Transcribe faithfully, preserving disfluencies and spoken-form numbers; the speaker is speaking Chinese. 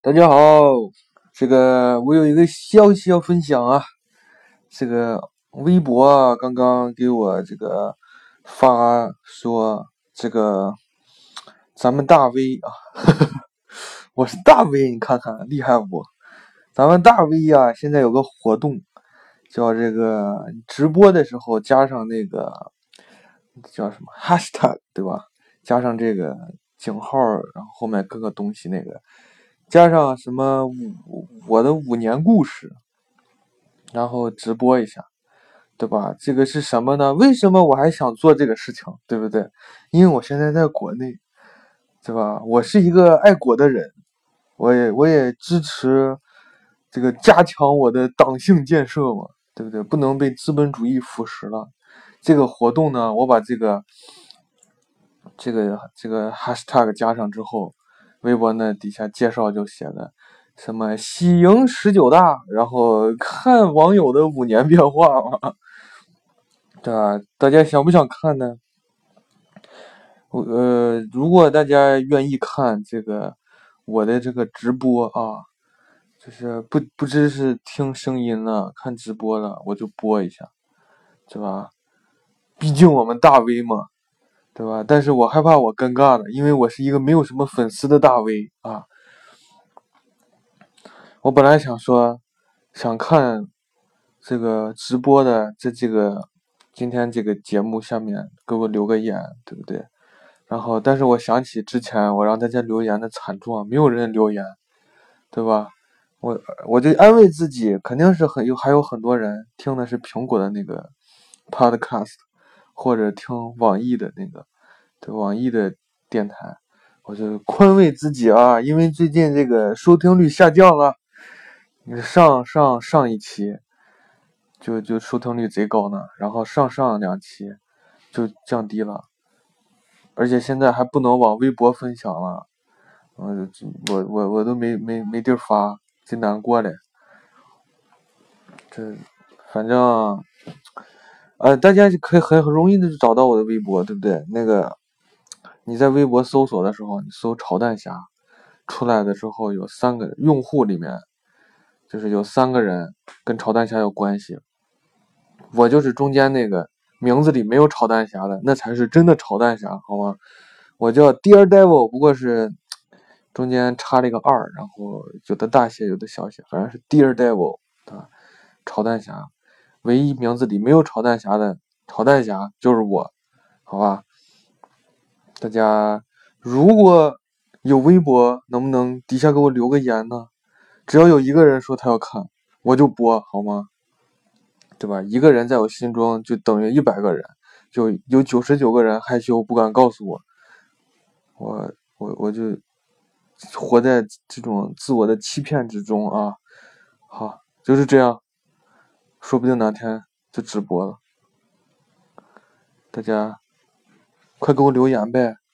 大家好，这个我有一个消息要分享啊，这个微博啊刚刚给我这个发说这个咱们大 V 啊，呵呵我是大 V，你看看厉害不？咱们大 V 啊，现在有个活动，叫这个直播的时候加上那个叫什么 hashtag 对吧？加上这个井号，然后后面各个东西那个。加上什么五我的五年故事，然后直播一下，对吧？这个是什么呢？为什么我还想做这个事情，对不对？因为我现在在国内，对吧？我是一个爱国的人，我也我也支持这个加强我的党性建设嘛，对不对？不能被资本主义腐蚀了。这个活动呢，我把这个这个这个 hashtag 加上之后，微博呢底下介绍就写的什么喜迎十九大，然后看网友的五年变化嘛，对吧？大家想不想看呢？呃，如果大家愿意看这个我的这个直播啊，就是不不只是听声音了，看直播了，我就播一下，对吧？毕竟我们大 V 嘛，对吧？但是我害怕我尴尬了，因为我是一个没有什么粉丝的大 V 啊。我本来想说，想看这个直播的这这个今天这个节目下面给我留个言，对不对？然后，但是我想起之前我让大家留言的惨状，没有人留言，对吧？我我就安慰自己，肯定是很有还有很多人听的是苹果的那个 podcast，或者听网易的那个，对网易的电台，我就宽慰自己啊，因为最近这个收听率下降了。你上上上一期就就收听率贼高呢，然后上上两期就降低了，而且现在还不能往微博分享了，我我我我都没没没地儿发，真难过嘞。这反正呃，大家就可以很很容易的就找到我的微博，对不对？那个你在微博搜索的时候，你搜炒蛋侠出来的之后，有三个用户里面。就是有三个人跟炒蛋侠有关系，我就是中间那个名字里没有炒蛋侠的，那才是真的炒蛋侠，好吗？我叫 Dear Devil， 不过是中间插了一个二，然后有的大写有的小写，反正是 Dear Devil 啊，炒蛋侠，唯一名字里没有炒蛋侠的炒蛋侠就是我，好吧？大家如果有微博，能不能底下给我留个言呢？只要有一个人说他要看，我就播，好吗？对吧？一个人在我心中就等于一百个人，就有九十九个人害羞不敢告诉我，我我我就活在这种自我的欺骗之中啊！好，就是这样，说不定哪天就直播了，大家快给我留言呗！